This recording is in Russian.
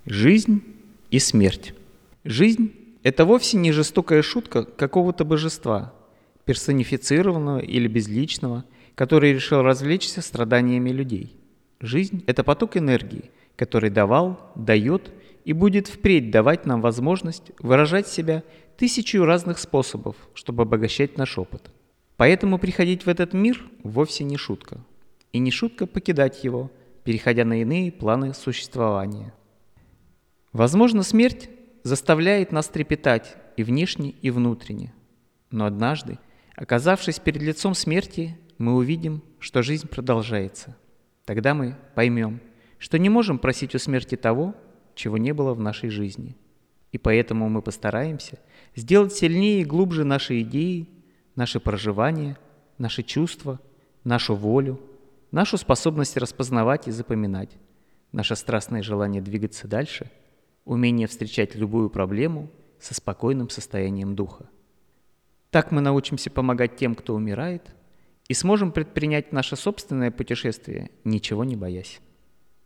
Жизнь и смерть. Жизнь – это вовсе не жестокая шутка какого-то божества, персонифицированного или безличного, который решил развлечься страданиями людей. Жизнь – это поток энергии, который давал, дает и будет впредь давать нам возможность выражать себя тысячу разных способов, чтобы обогащать наш опыт. Поэтому приходить в этот мир вовсе не шутка. И не шутка покидать его, переходя на иные планы существования. Возможно, смерть заставляет нас трепетать и внешне, и внутренне. Но однажды, оказавшись перед лицом смерти, мы увидим, что жизнь продолжается. Тогда мы поймем, что не можем просить у смерти того, чего не было в нашей жизни. И поэтому мы постараемся сделать сильнее и глубже наши идеи, наши проживания, наши чувства, нашу волю, нашу способность распознавать и запоминать, наше страстное желание двигаться дальше, умение встречать любую проблему со спокойным состоянием духа. Так мы научимся помогать тем, кто умирает, и сможем предпринять наше собственное путешествие, ничего не боясь.